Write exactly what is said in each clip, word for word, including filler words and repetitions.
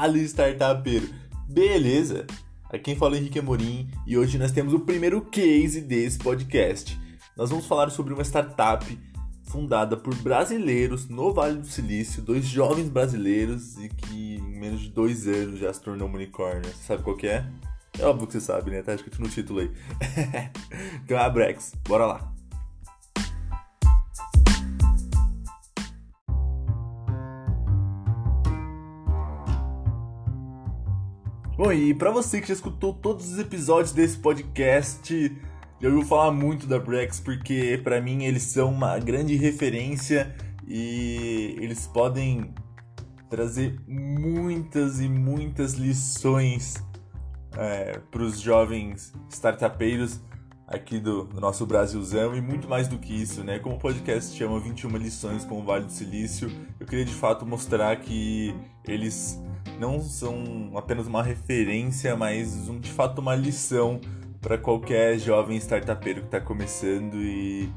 Vale Startupeiro, beleza? Aqui quem fala é Henrique Amorim e hoje nós temos o primeiro case desse podcast. Nós vamos falar sobre uma startup fundada por brasileiros no Vale do Silício, dois jovens brasileiros e que em menos de dois anos já se tornou um unicórnio. Você sabe qual que é? É óbvio que você sabe, né? Tá escrito no título aí. Então é a Brex, bora lá. Bom, e pra você que já escutou todos os episódios desse podcast, já ouviu falar muito da Brex, porque pra mim eles são uma grande referência e eles podem trazer muitas e muitas lições é, pros jovens startupeiros aqui do, do nosso Brasilzão e muito mais do que isso, né? Como o podcast chama vinte e uma lições com o Vale do Silício, eu queria de fato mostrar que eles não são apenas uma referência, mas um, de fato uma lição para qualquer jovem startupeiro que está começando e,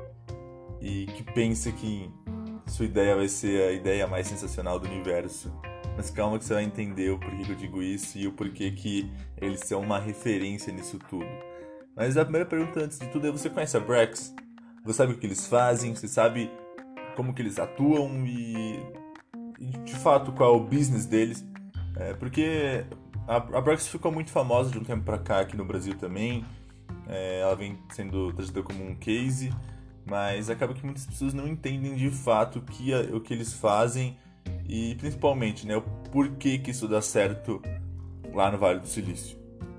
e que pensa que sua ideia vai ser a ideia mais sensacional do universo. Mas calma que você vai entender o porquê que eu digo isso e o porquê que eles são uma referência nisso tudo. Mas a primeira pergunta antes de tudo é: você conhece a Brex? Você sabe o que eles fazem? Você sabe como que eles atuam e, e de fato qual é o business deles? É, porque a, a Brex ficou muito famosa de um tempo pra cá aqui no Brasil também. É, ela vem sendo trazida como um case, mas acaba que muitas pessoas não entendem de fato o que, o que eles fazem e principalmente, né, o porquê que isso dá certo lá no Vale do Silício.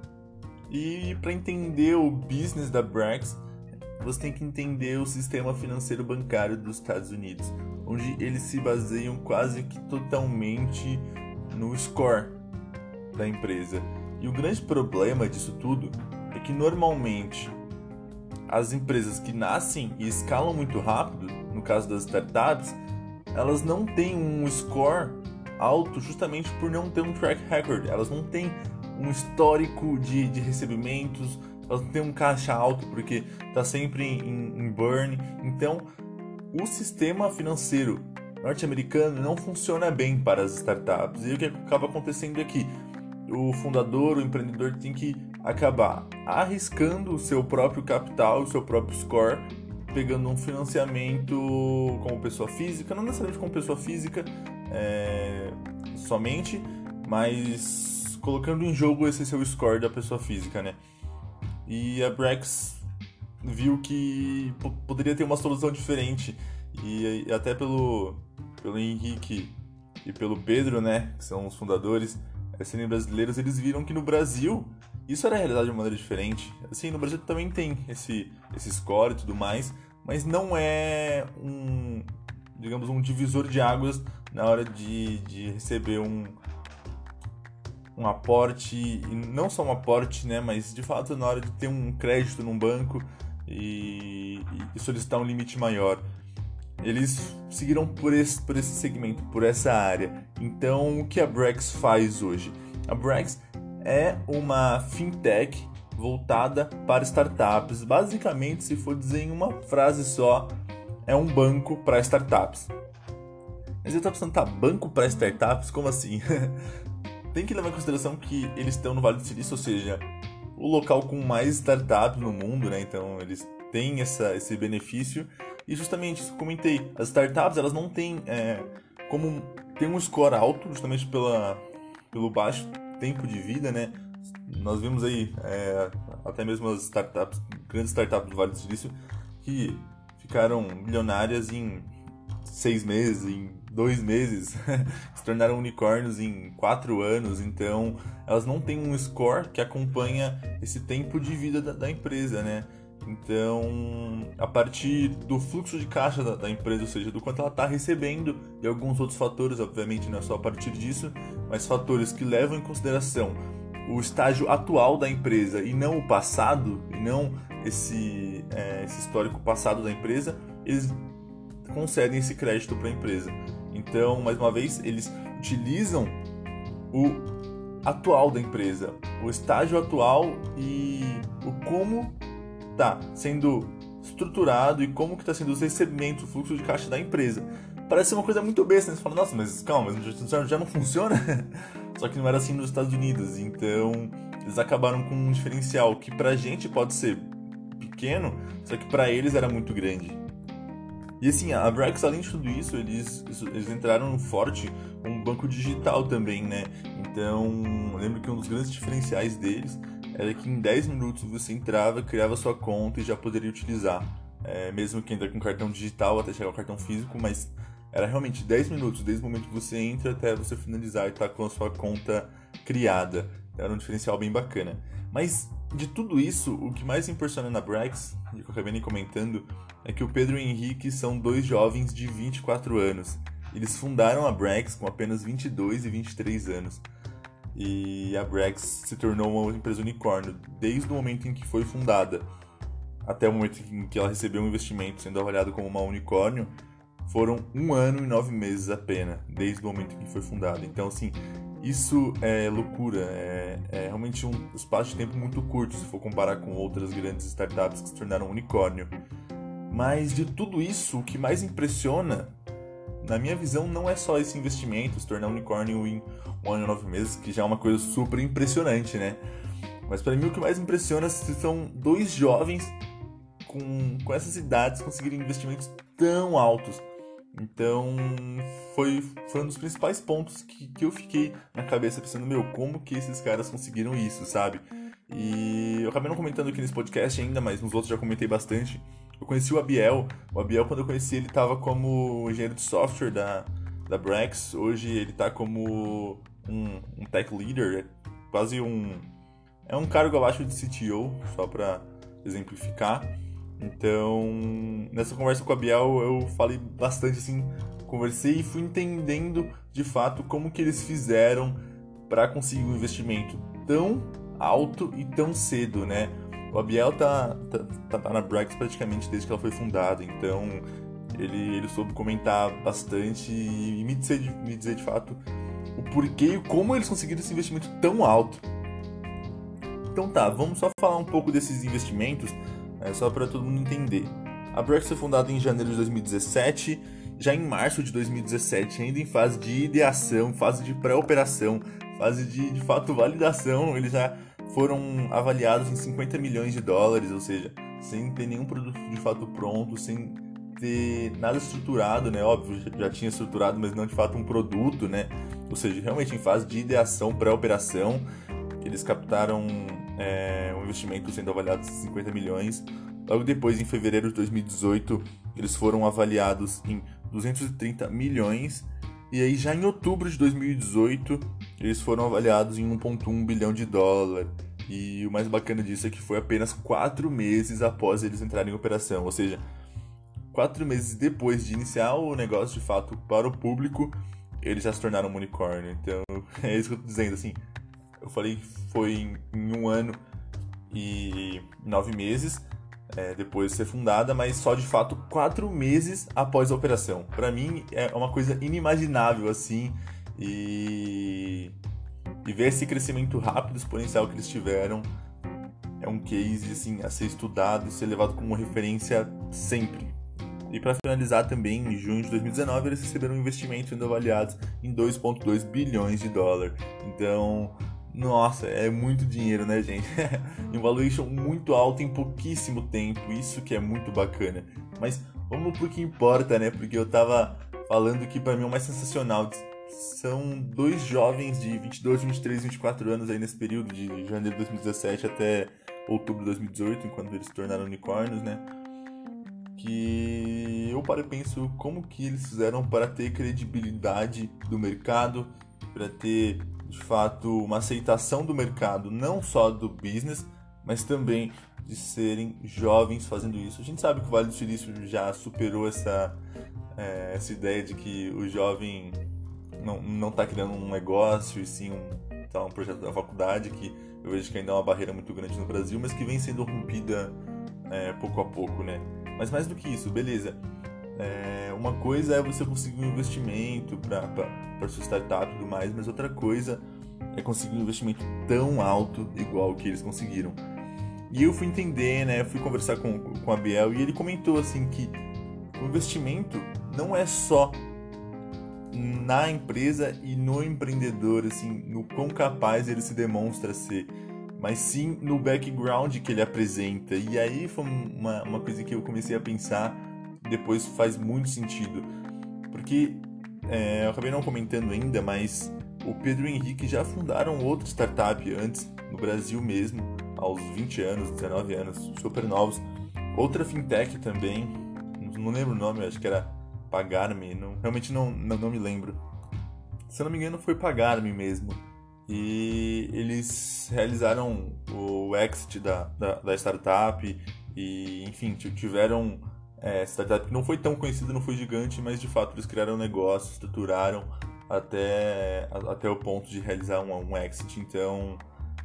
E para entender o business da Brex, você tem que entender o sistema financeiro bancário dos Estados Unidos, onde eles se baseiam quase que totalmente no score da empresa. E o grande problema disso tudo é que normalmente as empresas que nascem e escalam muito rápido, no caso das startups, elas não têm um score alto justamente por não ter um track record. Elas não têm um histórico de, de recebimentos, elas não têm um caixa alto porque está sempre em, em burn. Então, o sistema financeiro norte-americano não funciona bem para as startups. E o que acaba acontecendo é que o fundador, o empreendedor tem que acabar arriscando o seu próprio capital, o seu próprio score, pegando um financiamento como pessoa física, não necessariamente como pessoa física é, somente, mas colocando em jogo esse seu score da pessoa física, né? E a Brex viu que p- poderia ter uma solução diferente e, e até pelo, pelo Henrique e pelo Pedro, né, que são os fundadores, serem brasileiros, eles viram que no Brasil isso era realidade de uma maneira diferente. Assim, no Brasil também tem esse, esse score e tudo mais, mas não é um, digamos, um divisor de águas na hora de, de receber um, um aporte, e não só um aporte, né, mas de fato na hora de ter um crédito num banco e, e solicitar um limite maior. Eles seguiram por esse, por esse segmento, por essa área. Então, o que a Brex faz hoje? A Brex é uma fintech voltada para startups. Basicamente, se for dizer em uma frase só, é um banco para startups. Mas você está pensando, tá, banco para startups? Como assim? Tem que levar em consideração que eles estão no Vale do Silício, ou seja, o local com mais startups no mundo, né? Então, eles têm essa, esse benefício. E justamente isso que eu comentei, as startups elas não têm é, como ter um score alto, justamente pela, pelo baixo tempo de vida, né? Nós vimos aí é, até mesmo as startups, grandes startups do Vale do Silício, que ficaram milionárias em seis meses, em dois meses, se tornaram unicórnios em quatro anos. Então elas não têm um score que acompanha esse tempo de vida da, da empresa, né? Então, a partir do fluxo de caixa da, da empresa, ou seja, do quanto ela está recebendo e alguns outros fatores, obviamente não é só a partir disso, mas fatores que levam em consideração o estágio atual da empresa e não o passado, e não esse, é, esse histórico passado da empresa, eles concedem esse crédito para a empresa. Então, mais uma vez, eles utilizam o atual da empresa, o estágio atual e o como está sendo estruturado e como que está sendo os recebimentos, o fluxo de caixa da empresa. Parece ser uma coisa muito besta, né? Você fala, nossa, mas calma, já, já não funciona? Só que não era assim nos Estados Unidos, então eles acabaram com um diferencial que pra gente pode ser pequeno, só que pra eles era muito grande. E assim, a Brex, além de tudo isso, eles, eles entraram forte com um banco digital também, né? Então, eu lembro que um dos grandes diferenciais deles era que em dez minutos você entrava, criava sua conta e já poderia utilizar. É, mesmo que entra com cartão digital até chegar ao cartão físico, mas era realmente dez minutos, desde o momento que você entra até você finalizar e estar com a sua conta criada. Era um diferencial bem bacana. Mas de tudo isso, o que mais impressiona na Brex, que eu acabei nem comentando, é que o Pedro e o Henrique são dois jovens de vinte e quatro anos. Eles fundaram a Brex com apenas vinte e dois e vinte e três anos. E a Brex se tornou uma empresa unicórnio desde o momento em que foi fundada até o momento em que ela recebeu um investimento sendo avaliado como uma unicórnio. Foram um ano e nove meses apenas, desde o momento em que foi fundada. Então, assim, isso é loucura, é, é realmente um espaço de tempo muito curto, se for comparar com outras grandes startups que se tornaram unicórnio. Mas de tudo isso, o que mais impressiona, na minha visão, não é só esse investimento, se tornar unicórnio em um ano e nove meses, que já é uma coisa super impressionante, né? Mas para mim o que mais impressiona são dois jovens com, com essas idades conseguirem investimentos tão altos. Então, foi, foi um dos principais pontos que, que eu fiquei na cabeça pensando, meu, como que esses caras conseguiram isso, sabe? E eu acabei não comentando aqui nesse podcast ainda, mas nos outros já comentei bastante. Eu conheci o Abiel. O Abiel, quando eu conheci ele, estava como engenheiro de software da, da Brex. Hoje ele está como um, um tech leader, é quase um... É um cargo abaixo de C T O, só para exemplificar. Então, nessa conversa com a Biel, eu falei bastante, assim, conversei e fui entendendo, de fato, como que eles fizeram para conseguir um investimento tão alto e tão cedo, né? O Abiel tá, tá, tá na Brex praticamente desde que ela foi fundada, então ele, ele soube comentar bastante e me dizer, me dizer, de fato, o porquê e como eles conseguiram esse investimento tão alto. Então tá, vamos só falar um pouco desses investimentos, é só para todo mundo entender. A Brex foi fundada em janeiro de dois mil e dezessete, já em março de dois mil e dezessete, ainda em fase de ideação, fase de pré-operação, fase de, de fato, validação, eles já foram avaliados em cinquenta milhões de dólares, ou seja, sem ter nenhum produto de fato pronto, sem ter nada estruturado, né? Óbvio, já tinha estruturado, mas não de fato um produto, né? Ou seja, realmente em fase de ideação, pré-operação, eles captaram é, um investimento sendo avaliado em cinquenta milhões. Logo depois, em fevereiro de dois mil e dezoito, eles foram avaliados em duzentos e trinta milhões. E aí, já em outubro de dois mil e dezoito, eles foram avaliados em um vírgula um bilhão de dólar. E o mais bacana disso é que foi apenas quatro meses após eles entrarem em operação. Ou seja, quatro meses depois de iniciar o negócio de fato para o público, eles já se tornaram um unicórnio. Então, é isso que eu tô dizendo, assim. Eu falei que foi em, em um ano e nove meses é, depois de ser fundada, mas só de fato quatro meses após a operação. Para mim é uma coisa inimaginável assim, e, e ver esse crescimento rápido, exponencial que eles tiveram é um case assim, a ser estudado e ser levado como referência sempre. E para finalizar também, em junho de dois mil e dezenove, eles receberam um investimento sendo avaliados em dois vírgula dois bilhões de dólares. Então, nossa, é muito dinheiro, né, gente? Um valuation muito alto em pouquíssimo tempo, isso que é muito bacana. Mas vamos pro que importa, né? Porque eu tava falando que pra mim é o mais sensacional. São dois jovens de vinte e dois, vinte e três, vinte e quatro anos aí nesse período de janeiro de dois mil e dezessete até outubro de dois mil e dezoito, enquanto eles se tornaram unicórnios, né? Que eu paro e penso como que eles fizeram para ter credibilidade do mercado, para ter de fato uma aceitação do mercado, não só do business, mas também de serem jovens fazendo isso. A gente sabe que o Vale do Silício já superou essa, é, essa ideia de que o jovem não, não tá criando um negócio e sim um, tá, um projeto da faculdade, que eu vejo que ainda é uma barreira muito grande no Brasil, mas que vem sendo rompida é, pouco a pouco, né? Mas mais do que isso, beleza. É, uma coisa é você conseguir um investimento para sua startup e tudo mais, mas outra coisa é conseguir um investimento tão alto igual o que eles conseguiram. E eu fui entender, né? Eu fui conversar com, com a Biel e ele comentou assim que o investimento não é só na empresa e no empreendedor, assim, no quão capaz ele se demonstra ser, mas sim no background que ele apresenta. E aí foi uma, uma coisa que eu comecei a pensar, depois faz muito sentido, porque é, eu acabei não comentando ainda, mas o Pedro e o Henrique já fundaram outra startup antes, no Brasil mesmo, aos vinte anos, dezenove anos, super novos. Outra fintech também, não lembro o nome, acho que era Pagar.me, não, realmente não, não, não me lembro. Se eu não me engano foi Pagar.me mesmo. E eles realizaram o exit da, da, da startup e, enfim, tiveram... É, startup que não foi tão conhecida, não foi gigante, mas de fato eles criaram um negócio, estruturaram até, até o ponto de realizar um, um exit. Então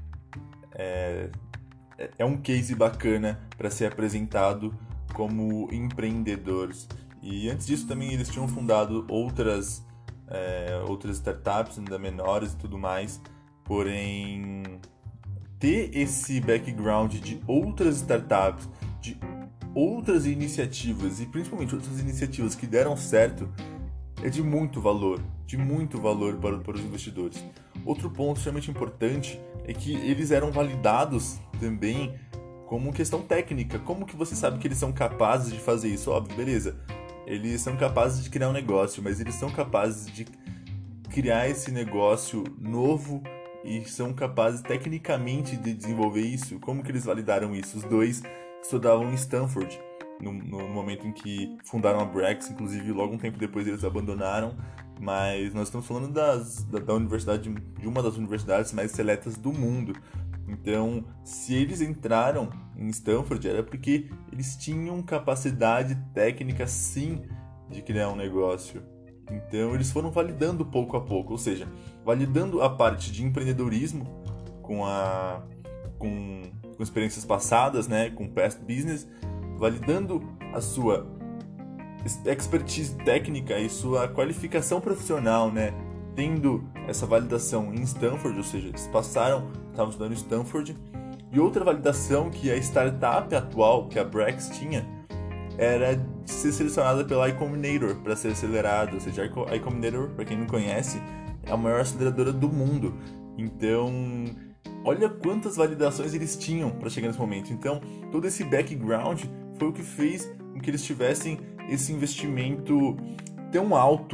é, é um case bacana para ser apresentado como empreendedores. E antes disso também eles tinham fundado outras, é, outras startups ainda menores e tudo mais, porém ter esse background de outras startups, de outras iniciativas, e principalmente outras iniciativas que deram certo, é de muito valor, de muito valor para, para os investidores. Outro ponto extremamente importante é que eles eram validados também como questão técnica. Como que você sabe que eles são capazes de fazer isso? Óbvio, beleza. Eles são capazes de criar um negócio, mas eles são capazes de criar esse negócio novo e são capazes tecnicamente de desenvolver isso. Como que eles validaram isso? Os dois estudavam em Stanford no, no momento em que fundaram a Brex, inclusive logo um tempo depois eles abandonaram, mas nós estamos falando das, da, da universidade, de uma das universidades mais seletas do mundo. Então, se eles entraram em Stanford era porque eles tinham capacidade técnica sim de criar um negócio. Então eles foram validando pouco a pouco, ou seja, validando a parte de empreendedorismo com a com com experiências passadas, né, com past business, validando a sua expertise técnica e sua qualificação profissional, né, tendo essa validação em Stanford, ou seja, eles passaram, estavam estudando em Stanford, e outra validação que a startup atual, que a Brex tinha, era de ser selecionada pela Y Combinator para ser acelerado, ou seja, a Y Combinator, para quem não conhece, é a maior aceleradora do mundo. Então, olha quantas validações eles tinham para chegar nesse momento. Então, todo esse background foi o que fez com que eles tivessem esse investimento tão alto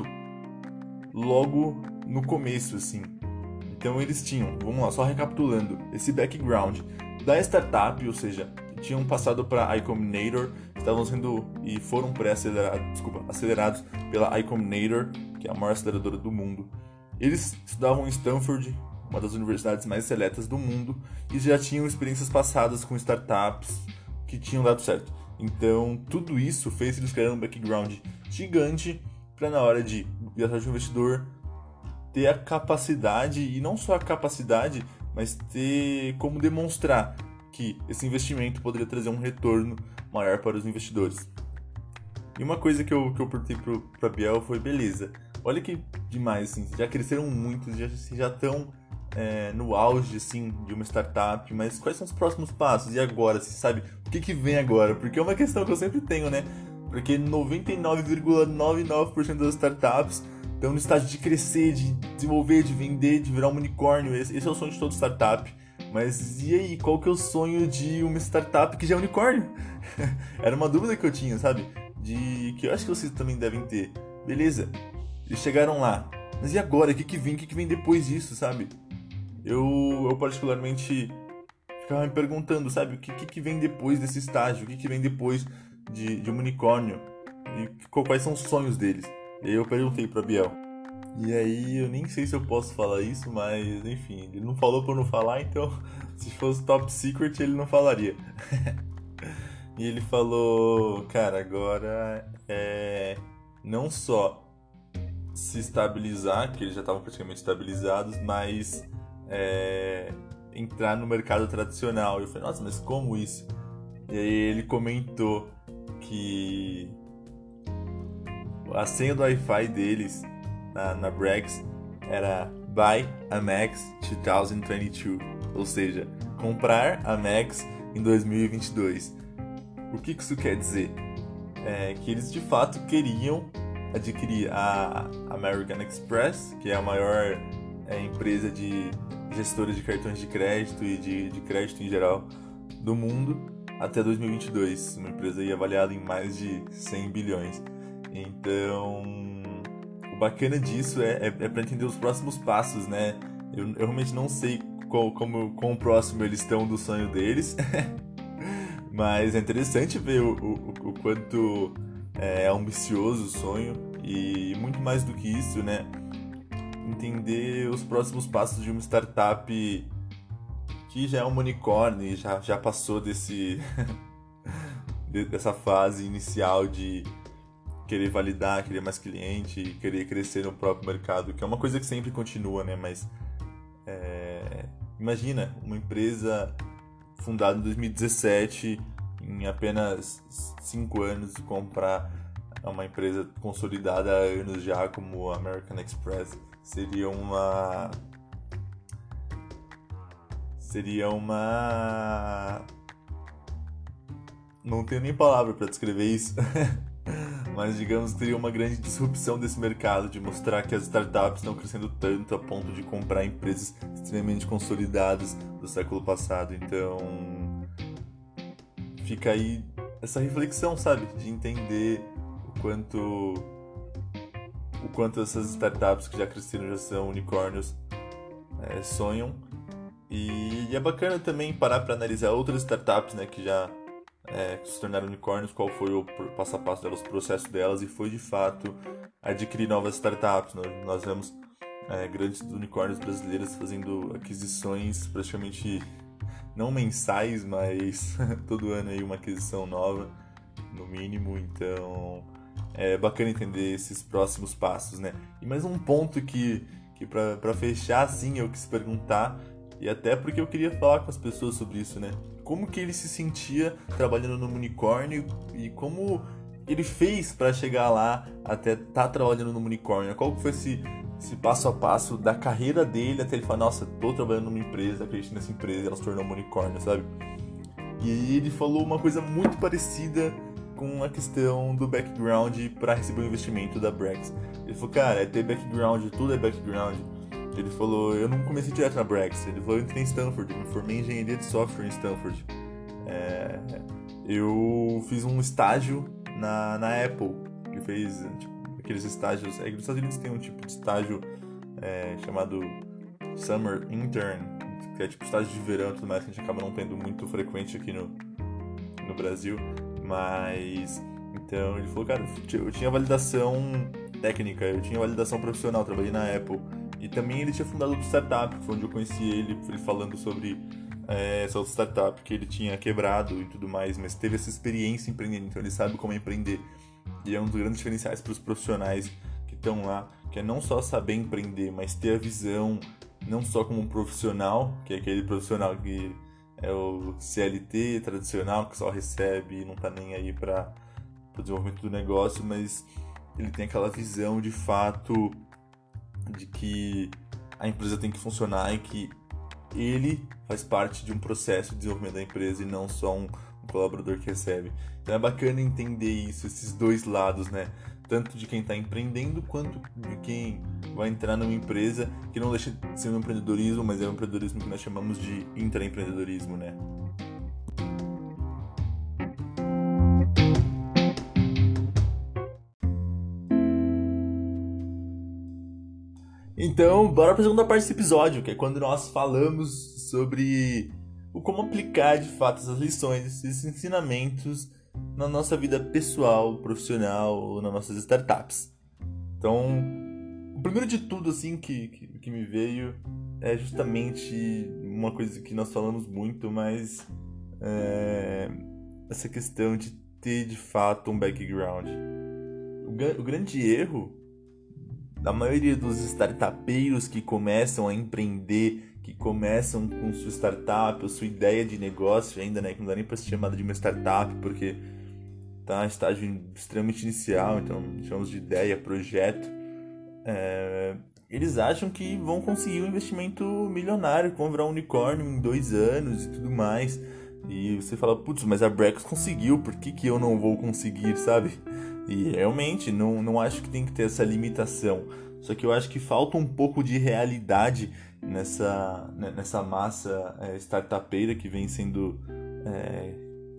logo no começo, assim. Então, eles tinham, vamos lá, só recapitulando, esse background da startup, ou seja, tinham passado para a Y Combinator, estavam sendo e foram pré-acelerados, desculpa, acelerados pela Y Combinator, que é a maior aceleradora do mundo. Eles estudavam em Stanford, uma das universidades mais seletas do mundo, e já tinham experiências passadas com startups que tinham dado certo. Então, tudo isso fez eles criarem um background gigante para, na hora de ir atrás de um investidor, ter a capacidade, e não só a capacidade, mas ter como demonstrar que esse investimento poderia trazer um retorno maior para os investidores. E uma coisa que eu, que eu perguntei para a Biel foi, beleza, olha que demais, assim, já cresceram muito, já já estão é, no auge assim, de uma startup, mas quais são os próximos passos? E agora, você sabe, o que, que vem agora? Porque é uma questão que eu sempre tenho, né? Porque noventa e nove vírgula noventa e nove por cento das startups estão no estágio de crescer, de desenvolver, de vender, de virar um unicórnio. Esse, esse é o sonho de toda startup. Mas e aí, qual que é o sonho de uma startup que já é unicórnio? Era uma dúvida que eu tinha, sabe? De que eu acho que vocês também devem ter. Beleza, eles chegaram lá. Mas e agora? O que, que vem? O que, que vem depois disso, sabe? Eu, eu particularmente ficava me perguntando, sabe? O que, que, que vem depois desse estágio? O que, que vem depois de, de um unicórnio? E quais são os sonhos deles? E aí eu perguntei pra Biel. E aí eu nem sei se eu posso falar isso, mas enfim, ele não falou pra eu não falar, então se fosse top secret ele não falaria. E ele falou, cara, agora é não só se estabilizar, que eles já estavam praticamente estabilizados, mas é, entrar no mercado tradicional. Eu falei, nossa, mas como isso? E aí ele comentou que a senha do Wi-Fi deles na, na Brex era Buy a Max dois mil e vinte e dois, ou seja, comprar a Max em dois mil e vinte e dois. O que isso quer dizer? É que eles de fato queriam adquirir a American Express, que é a maior é, empresa de gestora de cartões de crédito e de, de crédito em geral do mundo, até dois mil e vinte e dois, uma empresa aí avaliada em mais de cem bilhões. Então, o bacana disso é, é, é para entender os próximos passos, né? Eu, eu realmente não sei qual, como, quão próximo eles estão do sonho deles, mas é interessante ver o, o, o quanto é ambicioso o sonho e, muito mais do que isso, né? Entender os próximos passos de uma startup que já é um unicórnio e já, já passou desse, dessa fase inicial de querer validar, querer mais cliente e querer crescer no próprio mercado, que é uma coisa que sempre continua, né? Mas é, imagina uma empresa fundada em dois mil e dezessete, em apenas cinco anos, comprar uma empresa consolidada há anos já como a American Express. Seria uma... Seria uma... Não tenho nem palavra para descrever isso. Mas digamos que teria uma grande disrupção desse mercado, de mostrar que as startups estão crescendo tanto a ponto de comprar empresas extremamente consolidadas do século passado. Então, fica aí essa reflexão, sabe? De entender o quanto, o quanto essas startups que já cresceram, já são unicórnios, é, sonham. E é bacana também parar para analisar outras startups, né, que já é, se tornaram unicórnios, qual foi o passo a passo delas, o processo delas, e foi de fato adquirir novas startups. Nós, nós vemos é, grandes unicórnios brasileiros fazendo aquisições praticamente não mensais, mas todo ano aí uma aquisição nova, no mínimo. Então é bacana entender esses próximos passos, né? E mais um ponto que, que para fechar, assim, eu quis perguntar, e até porque eu queria falar com as pessoas sobre isso, né? Como que ele se sentia trabalhando no unicórnio e como ele fez para chegar lá até estar tá trabalhando no unicórnio? Qual foi esse, esse passo a passo da carreira dele até ele falar, nossa, tô trabalhando numa empresa, acredito nessa empresa e ela se tornou um unicórnio, sabe? E ele falou uma coisa muito parecida com a questão do background para receber o investimento da Brex. Ele falou, cara, é ter background, tudo é background. Ele falou, eu não comecei direto na Brex. Ele falou, eu entrei em Stanford, eu me formei em engenharia de software em Stanford. É, eu fiz um estágio na, na Apple. Ele fez tipo, aqueles estágios. É que nos Estados Unidos tem um tipo de estágio é, chamado Summer Intern, que é tipo estágio de verão e tudo mais, que a gente acaba não tendo muito frequente aqui no, no Brasil. Mas então ele falou, cara, eu tinha validação técnica, eu tinha validação profissional, trabalhei na Apple. E também ele tinha fundado outra startup, foi onde eu conheci ele, ele falando sobre é, essa outra startup que ele tinha quebrado e tudo mais, mas teve essa experiência empreendendo, então ele sabe como empreender. E é um dos grandes diferenciais para os profissionais que estão lá, que é não só saber empreender, mas ter a visão, não só como um profissional, que é aquele profissional que é o C L T tradicional, que só recebe e não está nem aí para o desenvolvimento do negócio, mas ele tem aquela visão de fato de que a empresa tem que funcionar e que ele faz parte de um processo de desenvolvimento da empresa e não só um, um colaborador que recebe. Então é bacana entender isso, esses dois lados, né? Tanto de quem está empreendendo quanto de quem vai entrar numa empresa que não deixa de ser um empreendedorismo, mas é um empreendedorismo que nós chamamos de intraempreendedorismo, né? Então, bora para a segunda parte desse episódio, que é quando nós falamos sobre o como aplicar de fato essas lições, esses ensinamentos na nossa vida pessoal, profissional, nas nossas startups. Então, o primeiro de tudo assim que, que, que me veio é justamente uma coisa que nós falamos muito, mas é, essa questão de ter de fato um background. O, o grande erro da maioria dos startupeiros que começam a empreender, que começam com sua startup ou sua ideia de negócio ainda, né, que não dá nem para ser chamada de uma startup, porque tá em estágio extremamente inicial, então chamamos de ideia, projeto, é, eles acham que vão conseguir um investimento milionário, que vão virar um unicórnio em dois anos e tudo mais. E você fala, putz, mas a Brex conseguiu, por que, que eu não vou conseguir, sabe? E realmente, não, não acho que tem que ter essa limitação. Só que eu acho que falta um pouco de realidade nessa, nessa massa é, startupeira que vem sendo é,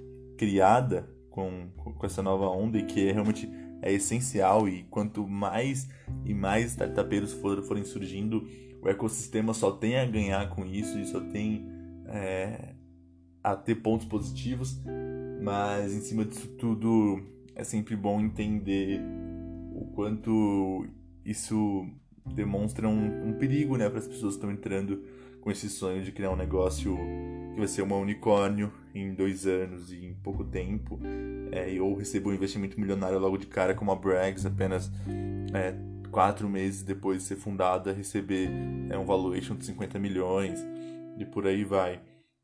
criada com, com essa nova onda e que é, realmente é essencial. E quanto mais e mais startupeiros for, forem surgindo, o ecossistema só tem a ganhar com isso e só tem é, a ter pontos positivos. Mas em cima disso tudo é sempre bom entender o quanto isso demonstra um, um perigo, né, para as pessoas que estão entrando com esse sonho de criar um negócio que vai ser uma unicórnio em dois anos e em pouco tempo, é, ou receber um investimento milionário logo de cara como a Bragg's, apenas é, quatro meses depois de ser fundada, receber é, um valuation de cinquenta milhões e por aí vai.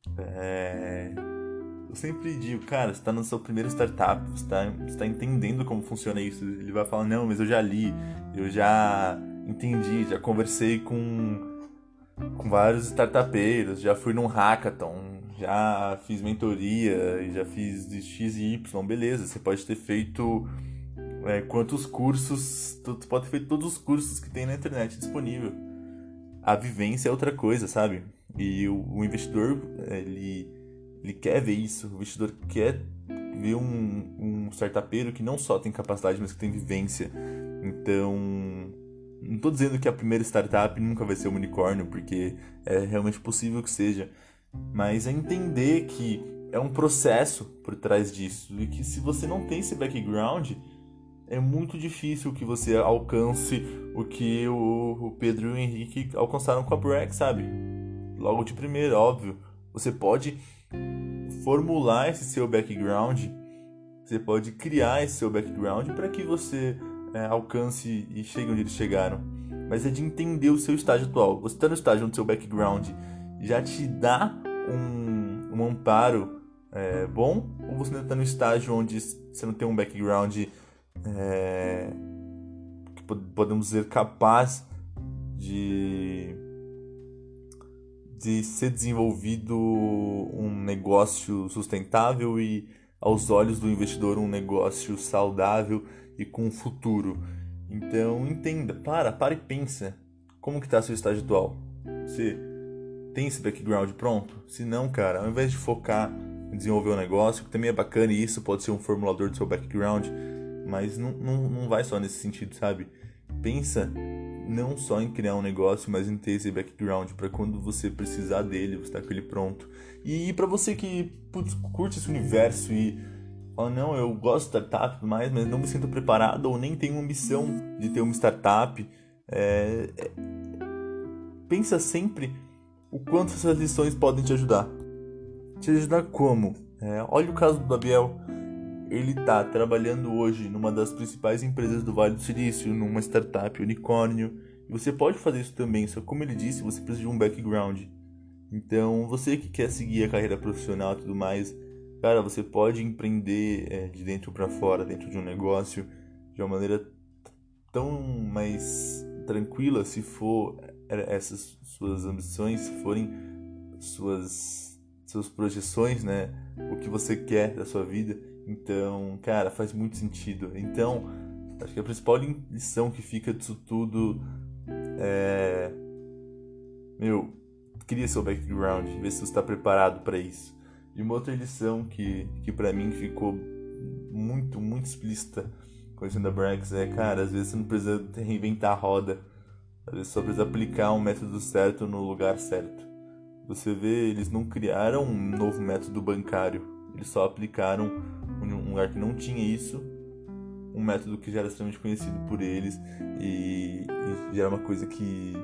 É... Eu sempre digo, cara, você está na sua primeira startup, você está você tá entendendo como funciona isso. Ele vai falar, não, mas eu já li, eu já entendi, já conversei com, com vários startupeiros, já fui num hackathon, já fiz mentoria, já fiz X e Y, beleza, você pode ter feito é, quantos cursos, tu, tu pode ter feito todos os cursos que tem na internet disponível. A vivência é outra coisa, sabe? E o, o investidor, ele... Ele quer ver isso, o investidor quer ver um, um startupeiro que não só tem capacidade, mas que tem vivência. Então, não estou dizendo que a primeira startup nunca vai ser um unicórnio, porque é realmente possível que seja. Mas é entender que é um processo por trás disso. E que se você não tem esse background, é muito difícil que você alcance o que o, o Pedro e o Henrique alcançaram com a Bragg's, sabe? Logo de primeira, óbvio. Você pode formular esse seu background, você pode criar esse seu background para que você é, alcance e chegue onde eles chegaram. Mas é de entender o seu estágio atual. Você está no estágio onde o seu background já te dá um, um amparo é, bom, ou você ainda está no estágio onde você não tem um background é, que podemos dizer capaz de de ser desenvolvido um negócio sustentável e, aos olhos do investidor, um negócio saudável e com futuro. Então, entenda, para, para e pensa. Como que está seu estágio atual? Você tem esse background pronto? Se não, cara, ao invés de focar em desenvolver um negócio, que também é bacana e isso pode ser um formulador do seu background, mas não, não, não vai só nesse sentido, sabe? Pensa não só em criar um negócio, mas em ter esse background para quando você precisar dele, você tá com ele pronto. E para você que putz, curte esse universo e fala, não, eu gosto de startup e tudo mais, mas não me sinto preparado ou nem tenho ambição de ter uma startup, é... É... pensa sempre o quanto essas lições podem te ajudar. Te ajudar como? É... Olha o caso do Abel. Ele está trabalhando hoje numa das principais empresas do Vale do Silício, numa startup unicórnio. E você pode fazer isso também, só que como ele disse, você precisa de um background. Então, você que quer seguir a carreira profissional e tudo mais, cara, você pode empreender é, de dentro para fora, dentro de um negócio, de uma maneira tão mais tranquila, se for essas suas ambições, se forem suas, suas projeções, né? O que você quer da sua vida. Então, cara, faz muito sentido. Então, acho que a principal lição que fica disso tudo é... Meu, cria seu background, vê se você está preparado para isso. E uma outra lição que, que para mim ficou muito, muito explícita conhecendo a Bragg's é, cara, às vezes você não precisa reinventar a roda. Às vezes só precisa aplicar um método certo no lugar certo. Você vê, eles não criaram um novo método bancário. Eles só aplicaram um lugar que não tinha isso, um método que já era extremamente conhecido por eles e, e já era uma coisa que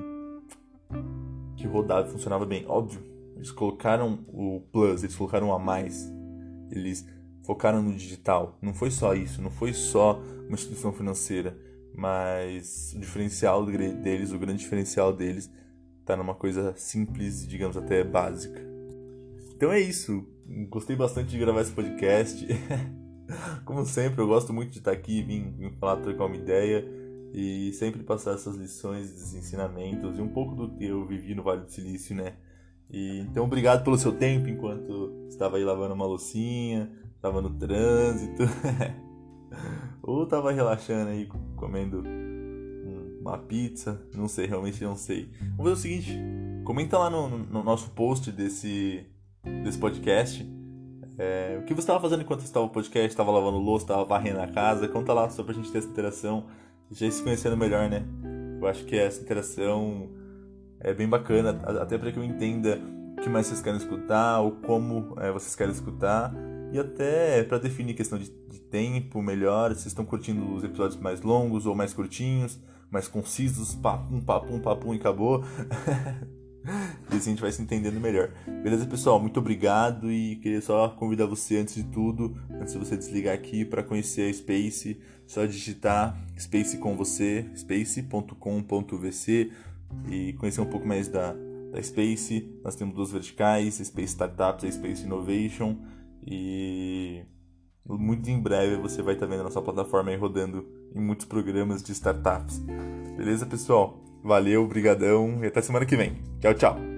que rodava e funcionava bem. Óbvio, eles colocaram o plus, eles colocaram o a mais, eles focaram no digital. Não foi só isso, não foi só uma instituição financeira, mas o diferencial deles, o grande diferencial deles tá numa coisa simples, digamos até básica. Então é isso. Gostei bastante de gravar esse podcast. Como sempre, eu gosto muito de estar aqui, vim, vim falar, trocar uma ideia e sempre passar essas lições, esses ensinamentos e um pouco do que eu vivi no Vale do Silício, né? E, então, obrigado pelo seu tempo enquanto estava aí lavando uma loucinha, estava no trânsito. Ou tava relaxando aí, comendo uma pizza, não sei, realmente não sei. Vamos fazer o seguinte, comenta lá no, no nosso post desse, desse podcast é, o que você estava fazendo enquanto estava no podcast, estava lavando louça, estava varrendo a casa, conta lá só pra gente ter essa interação, já ir se conhecendo melhor, né? Eu acho que essa interação é bem bacana, até para que eu entenda o que mais vocês querem escutar, ou como é, vocês querem escutar, e até para definir questão de, de tempo melhor, se vocês estão curtindo os episódios mais longos ou mais curtinhos, mais concisos, papum, papum, papum e acabou. E assim a gente vai se entendendo melhor. Beleza, pessoal? Muito obrigado e queria só convidar você, antes de tudo, antes de você desligar aqui, para conhecer a Space. Só digitar Space com você, space ponto com ponto v c e conhecer um pouco mais da, da Space. Nós temos duas verticais, Space Startups e Space Innovation. E muito em breve você vai estar vendo a nossa plataforma aí rodando em muitos programas de startups. Beleza, pessoal? Valeu, brigadão e até semana que vem. Tchau, tchau.